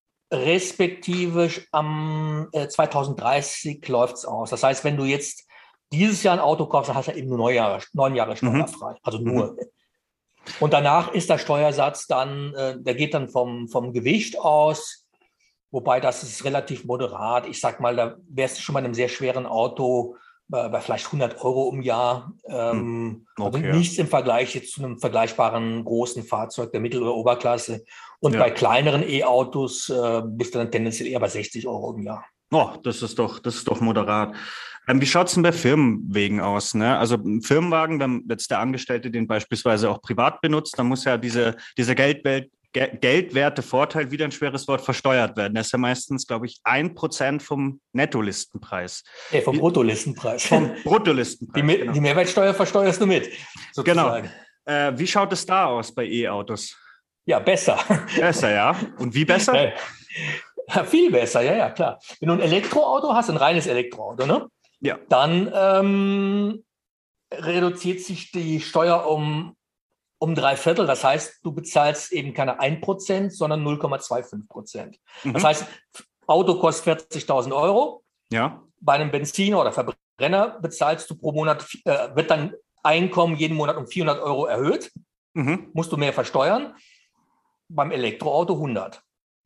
Respektive am äh, zweitausenddreißig läuft es aus. Das heißt, wenn du jetzt dieses Jahr ein Auto kaufst, dann hast du eben nur neun Jahre, neun Jahre steuerfrei. Mhm. Also nur. Mhm. Und danach ist der Steuersatz dann, äh, der geht dann vom, vom Gewicht aus. Wobei das ist relativ moderat. Ich sag mal, da wärst du schon bei einem sehr schweren Auto bei, bei vielleicht hundert Euro im Jahr. Ähm, okay, also nichts im Vergleich jetzt zu einem vergleichbaren großen Fahrzeug der Mittel- oder Oberklasse. Und ja. bei kleineren E-Autos äh, bist du dann tendenziell eher bei sechzig Euro im Jahr. Oh, das ist doch, das ist doch moderat. Ähm, wie schaut es denn bei Firmenwegen aus? Ne? Also ein Firmenwagen, wenn jetzt der Angestellte den beispielsweise auch privat benutzt, dann muss ja diese, diese Geldwelt geldwerte Vorteil, wieder ein schweres Wort, versteuert werden. Das ist ja meistens, glaube ich, ein Prozent vom Nettolistenpreis. Ja, vom Bruttolistenpreis. Vom Bruttolistenpreis, Die, Me- genau. die Mehrwertsteuer versteuerst du mit, sozusagen. Genau. Äh, wie schaut es da aus bei E-Autos? Ja, besser. Besser, ja. Und wie besser? Ja, viel besser, ja, ja, klar. Wenn du ein Elektroauto hast, ein reines Elektroauto, ne? Ja. Dann ähm, reduziert sich die Steuer um, um drei Viertel. Das heißt, du bezahlst eben keine ein Prozent, sondern null Komma fünfundzwanzig Prozent. Mhm. Das heißt, Auto kostet vierzigtausend Euro. Ja. Bei einem Benziner oder Verbrenner bezahlst du pro Monat, äh, wird dann Einkommen jeden Monat um vierhundert Euro erhöht. Mhm. Musst du mehr versteuern. Beim Elektroauto hundert.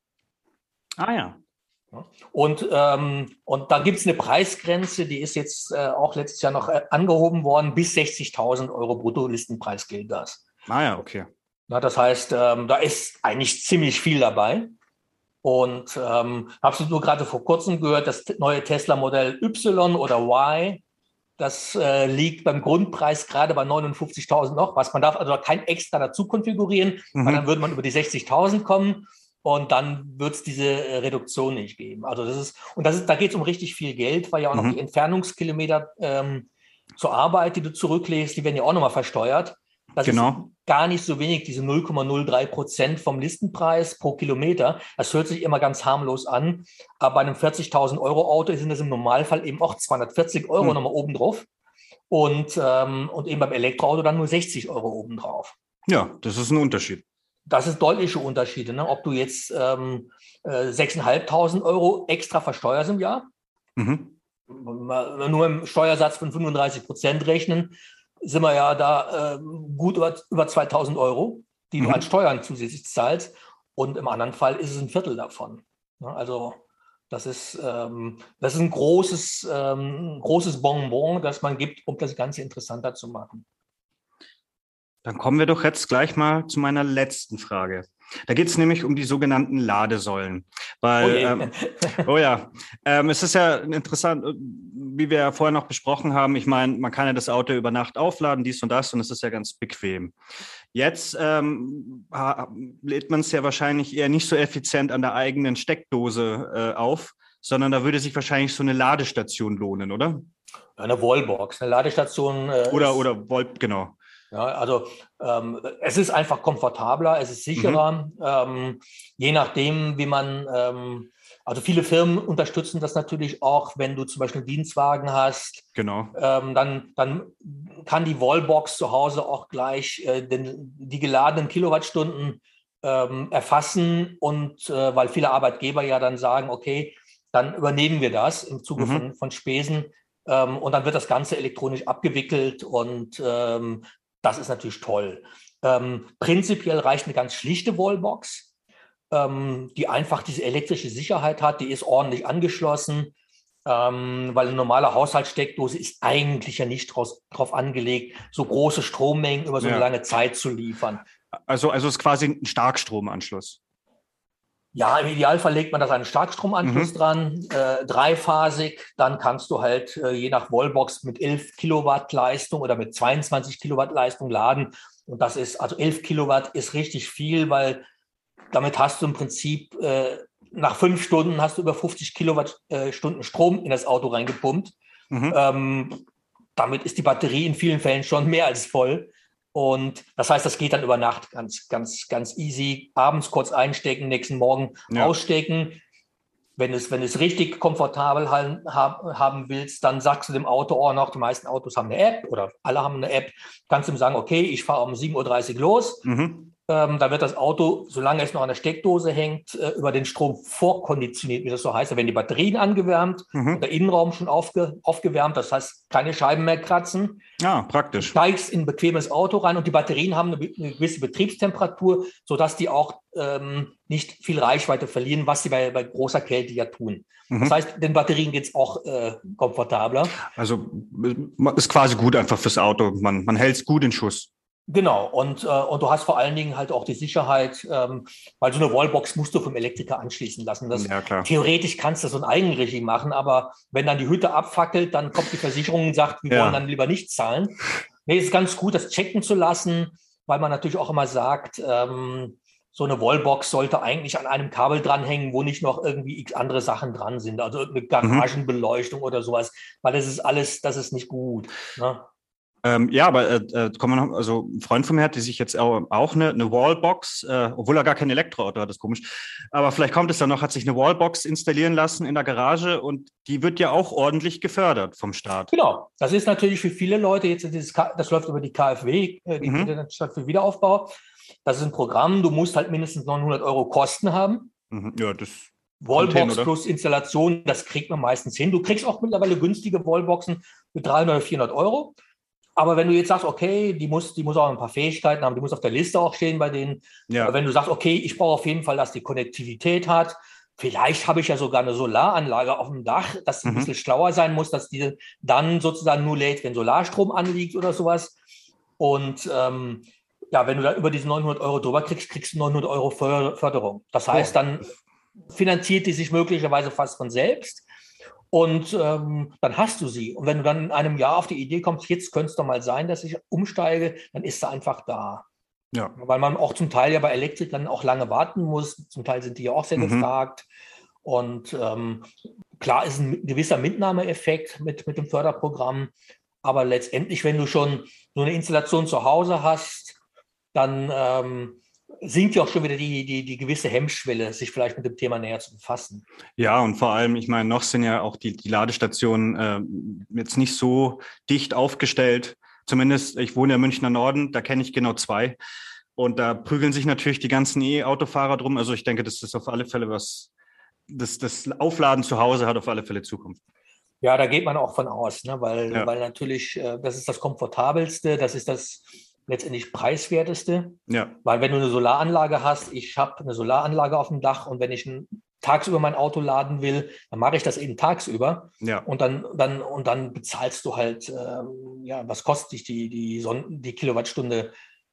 Ah ja. Und, ähm, und da gibt es eine Preisgrenze, die ist jetzt äh, auch letztes Jahr noch äh, angehoben worden, bis sechzigtausend Euro Bruttolistenpreis gilt das. Ah ja, okay. Ja, das heißt, ähm, da ist eigentlich ziemlich viel dabei. Und ähm, habe es nur gerade vor kurzem gehört, das neue Tesla-Modell Y oder Y, das äh, liegt beim Grundpreis gerade bei neunundfünfzigtausend noch. Was man darf also kein extra dazu konfigurieren, Mhm. weil dann würde man über die sechzigtausend kommen. Und dann wird es diese äh, Reduktion nicht geben. Also das ist, und das ist, da geht es um richtig viel Geld, weil ja auch Mhm. noch die Entfernungskilometer ähm, zur Arbeit, die du zurücklegst, die werden ja auch nochmal versteuert. Das Genau. ist gar nicht so wenig, diese null Komma null drei Prozent vom Listenpreis pro Kilometer. Das hört sich immer ganz harmlos an. Aber bei einem vierzigtausend Euro Auto sind das im Normalfall eben auch zweihundertvierzig Euro Mhm. nochmal obendrauf. Und, ähm, und eben beim Elektroauto dann nur sechzig Euro obendrauf. Ja, das ist ein Unterschied. Das ist deutliche Unterschiede, ne? Ob du jetzt ähm, äh, sechstausendfünfhundert Euro extra versteuerst im Jahr, Mhm. nur im Steuersatz von fünfunddreißig Prozent rechnen, sind wir ja da äh, gut über, über zweitausend Euro, die Mhm. du an Steuern zusätzlich zahlst. Und im anderen Fall ist es ein Viertel davon. Ne? Also das ist, ähm, das ist ein großes, ähm, großes Bonbon, das man gibt, um das Ganze interessanter zu machen. Dann kommen wir doch jetzt gleich mal zu meiner letzten Frage. Da geht es nämlich um die sogenannten Ladesäulen. Weil, Oh je. ähm, oh ja, ähm, es ist ja interessant, wie wir ja vorher noch besprochen haben. Ich meine, man kann ja das Auto über Nacht aufladen, dies und das, und es ist ja ganz bequem. Jetzt ähm, lädt man es ja wahrscheinlich eher nicht so effizient an der eigenen Steckdose äh, auf, sondern da würde sich wahrscheinlich so eine Ladestation lohnen, oder? Eine Wallbox, eine Ladestation. Äh, Oder, ist, oder Volt, genau. Ja, also ähm, es ist einfach komfortabler, es ist sicherer, Mhm. ähm, je nachdem, wie man, ähm, also viele Firmen unterstützen das natürlich auch, wenn du zum Beispiel einen Dienstwagen hast, Genau. ähm, dann, dann kann die Wallbox zu Hause auch gleich äh, den, die geladenen Kilowattstunden ähm, erfassen und äh, weil viele Arbeitgeber ja dann sagen, okay, dann übernehmen wir das im Zuge Mhm. von, von Spesen ähm, und dann wird das Ganze elektronisch abgewickelt und ähm, das ist natürlich toll. Ähm, prinzipiell reicht eine ganz schlichte Wallbox, ähm, die einfach diese elektrische Sicherheit hat, die ist ordentlich angeschlossen, ähm, weil eine normale Haushaltssteckdose ist eigentlich ja nicht darauf angelegt, so große Strommengen über so eine Ja. lange Zeit zu liefern. Also, also es ist quasi ein Starkstromanschluss. Ja, im Idealfall legt man da einen Starkstromanschluss Mhm. dran, äh, dreiphasig. Dann kannst du halt äh, je nach Wallbox mit elf Kilowatt Leistung oder mit zweiundzwanzig Kilowatt Leistung laden. Und das ist, also elf Kilowatt ist richtig viel, weil damit hast du im Prinzip äh, nach fünf Stunden hast du über fünfzig Kilowattstunden Strom in das Auto reingepumpt. Mhm. Ähm, damit ist die Batterie in vielen Fällen schon mehr als voll. Und das heißt, das geht dann über Nacht ganz, ganz, ganz easy. Abends kurz einstecken, nächsten Morgen Ja. ausstecken. Wenn es, wenn es richtig komfortabel haben, haben willst, dann sagst du dem Auto auch noch, die meisten Autos haben eine App oder alle haben eine App, kannst du ihm sagen, okay, ich fahre um sieben Uhr dreißig los. Mhm. Ähm, da wird das Auto, solange es noch an der Steckdose hängt, äh, über den Strom vorkonditioniert, wie das so heißt. Da werden die Batterien angewärmt Mhm. und der Innenraum schon aufge, aufgewärmt. Das heißt, keine Scheiben mehr kratzen. Ja, Du praktisch. steigst in ein bequemes Auto rein und die Batterien haben eine, eine gewisse Betriebstemperatur, sodass die auch ähm, nicht viel Reichweite verlieren, was sie bei, bei großer Kälte ja tun. Mhm. Das heißt, den Batterien geht es auch äh, komfortabler. Also ist quasi gut einfach fürs Auto. Man, man hält es gut in Schuss. Genau, und, äh, und du hast vor allen Dingen halt auch die Sicherheit, ähm, weil so eine Wallbox musst du vom Elektriker anschließen lassen. Das, Ja, klar. theoretisch kannst du so ein Eigenregie machen, aber wenn dann die Hütte abfackelt, dann kommt die Versicherung und sagt, wir Ja. wollen dann lieber nicht zahlen. Nee, es ist ganz gut, das checken zu lassen, weil man natürlich auch immer sagt, ähm, so eine Wallbox sollte eigentlich an einem Kabel dranhängen, wo nicht noch irgendwie x andere Sachen dran sind, also eine Garagenbeleuchtung oder sowas, weil das ist alles, das ist nicht gut. Ne? Ähm, ja, aber äh, äh, kommen wir noch, also ein Freund von mir hat die sich jetzt auch, auch eine, eine Wallbox, äh, obwohl er gar kein Elektroauto hat, das ist komisch. Aber vielleicht kommt es dann noch, hat sich eine Wallbox installieren lassen in der Garage und die wird ja auch ordentlich gefördert vom Staat. Genau, das ist natürlich für viele Leute jetzt, dieses, K- das läuft über die K f W, äh, die Mhm. Kreditanstalt für Wiederaufbau. Das ist ein Programm, du musst halt mindestens neunhundert Euro Kosten haben. Mhm. Ja, das kommt hin, Wallbox oder? plus Installation, das kriegt man meistens hin. Du kriegst auch mittlerweile günstige Wallboxen für dreihundert oder vierhundert Euro. Aber wenn du jetzt sagst, okay, die muss, die muss auch ein paar Fähigkeiten haben, die muss auf der Liste auch stehen bei denen. Ja. Wenn du sagst, okay, ich brauche auf jeden Fall, dass die Konnektivität hat. Vielleicht habe ich ja sogar eine Solaranlage auf dem Dach, dass die ein bisschen Mhm. schlauer sein muss, dass die dann sozusagen nur lädt, wenn Solarstrom anliegt oder sowas. Und ähm, ja, wenn du da über diese neunhundert Euro drüber kriegst, kriegst du neunhundert Euro Förderung. Das heißt, Oh. dann finanziert die sich möglicherweise fast von selbst. Und ähm, dann hast du sie. Und wenn du dann in einem Jahr auf die Idee kommst, jetzt könnte es doch mal sein, dass ich umsteige, dann ist sie einfach da. Ja. Weil man auch zum Teil ja bei Elektrikern auch lange warten muss. Zum Teil sind die ja auch sehr Mhm. gefragt. Und ähm, klar ist ein gewisser Mitnahmeeffekt mit, mit dem Förderprogramm. Aber letztendlich, wenn du schon so eine Installation zu Hause hast, dann ähm, sinkt ja auch schon wieder die, die, die gewisse Hemmschwelle, sich vielleicht mit dem Thema näher zu befassen. Ja, und vor allem, ich meine, noch sind ja auch die, die Ladestationen äh, jetzt nicht so dicht aufgestellt. Zumindest, ich wohne ja im Münchner Norden, da kenne ich genau zwei. Und da prügeln sich natürlich die ganzen E-Autofahrer drum. Also ich denke, das ist auf alle Fälle was, das, das Aufladen zu Hause hat auf alle Fälle Zukunft. Ja, da geht man auch von aus, ne? weil, Ja, weil natürlich, äh, das ist das Komfortabelste, das ist das letztendlich Preiswerteste. ja, Weil wenn du eine Solaranlage hast, ich habe eine Solaranlage auf dem Dach und wenn ich ein, tagsüber mein Auto laden will, dann mache ich das eben tagsüber ja, und dann, dann, und dann bezahlst du halt, ähm, ja, was kostet dich die, die, Son die Kilowattstunde,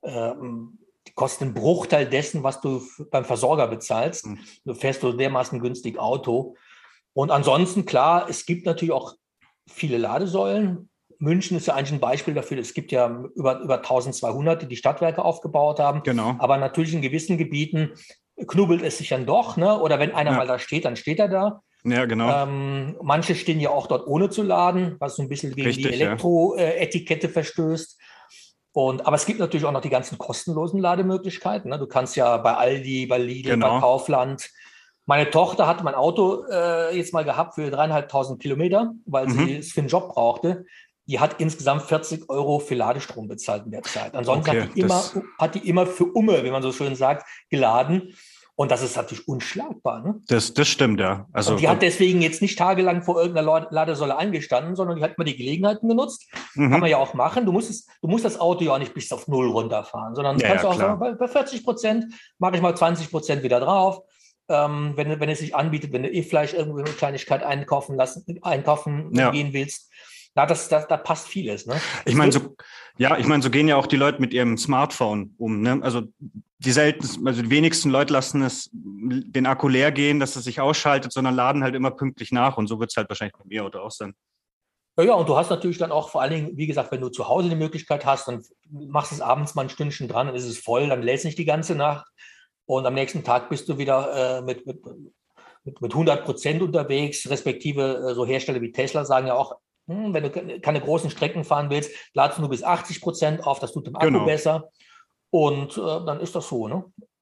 ähm, die kostet einen Bruchteil dessen, was du beim Versorger bezahlst. hm, Du fährst so dermaßen günstig Auto. Und ansonsten, klar, es gibt natürlich auch viele Ladesäulen. München ist ja eigentlich ein Beispiel dafür. Es gibt ja über, über eintausendzweihundert, die die Stadtwerke aufgebaut haben. genau. Aber natürlich in gewissen Gebieten knubbelt es sich dann doch. Ne? Oder wenn einer Ja, mal da steht, dann steht er da. ja, genau. Ähm, manche stehen ja auch dort ohne zu laden, was so ein bisschen gegen die Richtig, ja. Elektro-Etikette verstößt. Und, aber es gibt natürlich auch noch die ganzen kostenlosen Lademöglichkeiten. Ne? Du kannst ja bei Aldi, bei Lidl, bei Genau. Kaufland. Meine Tochter hat mein Auto äh, jetzt mal gehabt für dreieinhalbtausend Kilometer, weil sie Mhm. es für einen Job brauchte. Die hat insgesamt vierzig Euro für Ladestrom bezahlt in der Zeit. Ansonsten Okay, hat die immer, das, hat die immer für Umme, wie man so schön sagt, geladen. Und das ist natürlich unschlagbar. Ne? das, das stimmt, ja. Und Also, die hat da, deswegen jetzt nicht tagelang vor irgendeiner Ladesäule angestanden, sondern die hat immer die Gelegenheiten genutzt. Kann man mhm. ja auch machen. Du musst, es, du musst das Auto ja auch nicht bis auf Null runterfahren, sondern du Ja, kannst ja, auch sagen, klar. bei, bei vierzig Prozent mache ich mal zwanzig Prozent wieder drauf. Ähm, wenn, wenn es sich anbietet, wenn du eh vielleicht irgendwie eine Kleinigkeit einkaufen, lassen, einkaufen Ja. gehen willst. Na, das, das, da passt vieles. Ne? Ich Es meine, wird, so, ja, ich meine, so gehen ja auch die Leute mit ihrem Smartphone um. Ne? Also die seltensten, also die wenigsten Leute lassen es den Akku leer gehen, dass es sich ausschaltet, sondern laden halt immer pünktlich nach. Und so wird es halt wahrscheinlich bei mir oder auch sein. ja, ja, und du hast natürlich dann auch vor allen Dingen, wie gesagt, wenn du zu Hause die Möglichkeit hast, dann machst du es abends mal ein Stündchen dran, dann ist es voll, dann lädst nicht die ganze Nacht. Und am nächsten Tag bist du wieder äh, mit, mit, mit, mit hundert Prozent unterwegs, respektive äh, so Hersteller wie Tesla sagen ja auch, hm, wenn du keine großen Strecken fahren willst, ladest du nur bis achtzig Prozent auf, das tut dem Akku Genau. besser. Und äh, dann ist das so. Ne?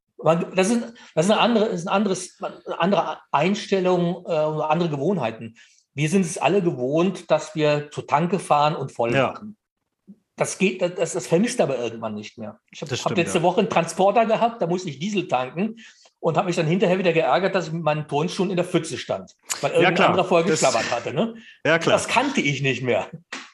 Das ist, das ist, eine, andere, ist ein anderes, eine andere Einstellung, äh, andere Gewohnheiten. Wir sind es alle gewohnt, dass wir zur Tanke fahren und voll Ja, machen. Das geht, das, das vermisst aber irgendwann nicht mehr. Ich habe das hab stimmt, letzte ja. Woche einen Transporter gehabt, da musste ich Diesel tanken und habe mich dann hinterher wieder geärgert, dass ich mit meinen Turnschuhen in der Pfütze stand, weil Ja, irgendein klar. anderer vorher Das, geschlabbert hatte. Ne? ja, klar. Das kannte ich nicht mehr.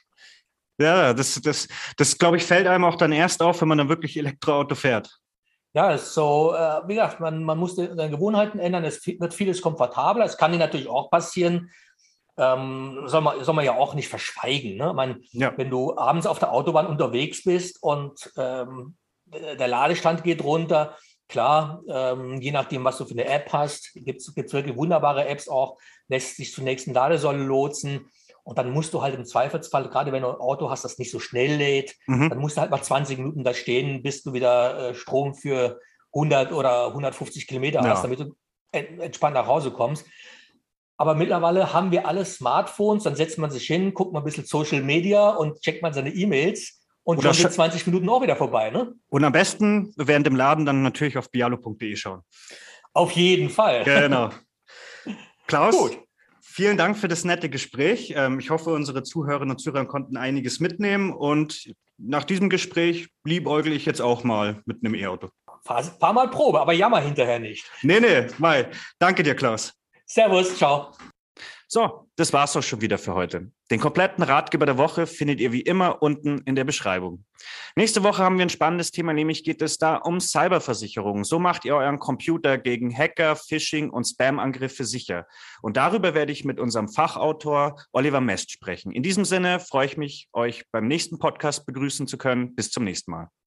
Ja, das, das, das glaube ich, fällt einem auch dann erst auf, wenn man dann wirklich Elektroauto fährt. Ja, es ist so, äh, wie gesagt, man, man muss seine Gewohnheiten ändern, es wird vieles komfortabler. Es kann dir natürlich auch passieren, ähm, soll, man, soll man ja auch nicht verschweigen. Ne? Ich meine, Ja, wenn du abends auf der Autobahn unterwegs bist und ähm, der Ladestand geht runter, klar, ähm, je nachdem, was du für eine App hast, gibt es wirklich wunderbare Apps auch, lässt sich zur nächsten Ladesäule lotsen. Und dann musst du halt im Zweifelsfall, gerade wenn du ein Auto hast, das nicht so schnell lädt, dann mhm. musst du halt mal zwanzig Minuten da stehen, bis du wieder äh, Strom für hundert oder hundertfünfzig Kilometer hast, Ja, damit du en- entspannt nach Hause kommst. Aber mittlerweile haben wir alle Smartphones, dann setzt man sich hin, guckt mal ein bisschen Social Media und checkt mal seine E-Mails. Und Oder schon sind sch- zwanzig Minuten auch wieder vorbei, ne? Und am besten während dem Laden dann natürlich auf bialo punkt de schauen. Auf jeden Fall. Genau. Klaus, Gut. vielen Dank für das nette Gespräch. Ähm, Ich hoffe, unsere Zuhörerinnen und Zuhörer konnten einiges mitnehmen. Und nach diesem Gespräch liebäugle ich jetzt auch mal mit einem E-Auto. Fahr, fahr mal Probe, aber jammer hinterher nicht. Nee, nee, Mai. Danke dir, Klaus. Servus, ciao. So, das war's auch schon wieder für heute. Den kompletten Ratgeber der Woche findet ihr wie immer unten in der Beschreibung. Nächste Woche haben wir ein spannendes Thema, nämlich geht es da um Cyberversicherung. So macht ihr euren Computer gegen Hacker, Phishing und Spam-Angriffe sicher. Und darüber werde ich mit unserem Fachautor Oliver Mest sprechen. In diesem Sinne freue ich mich, euch beim nächsten Podcast begrüßen zu können. Bis zum nächsten Mal.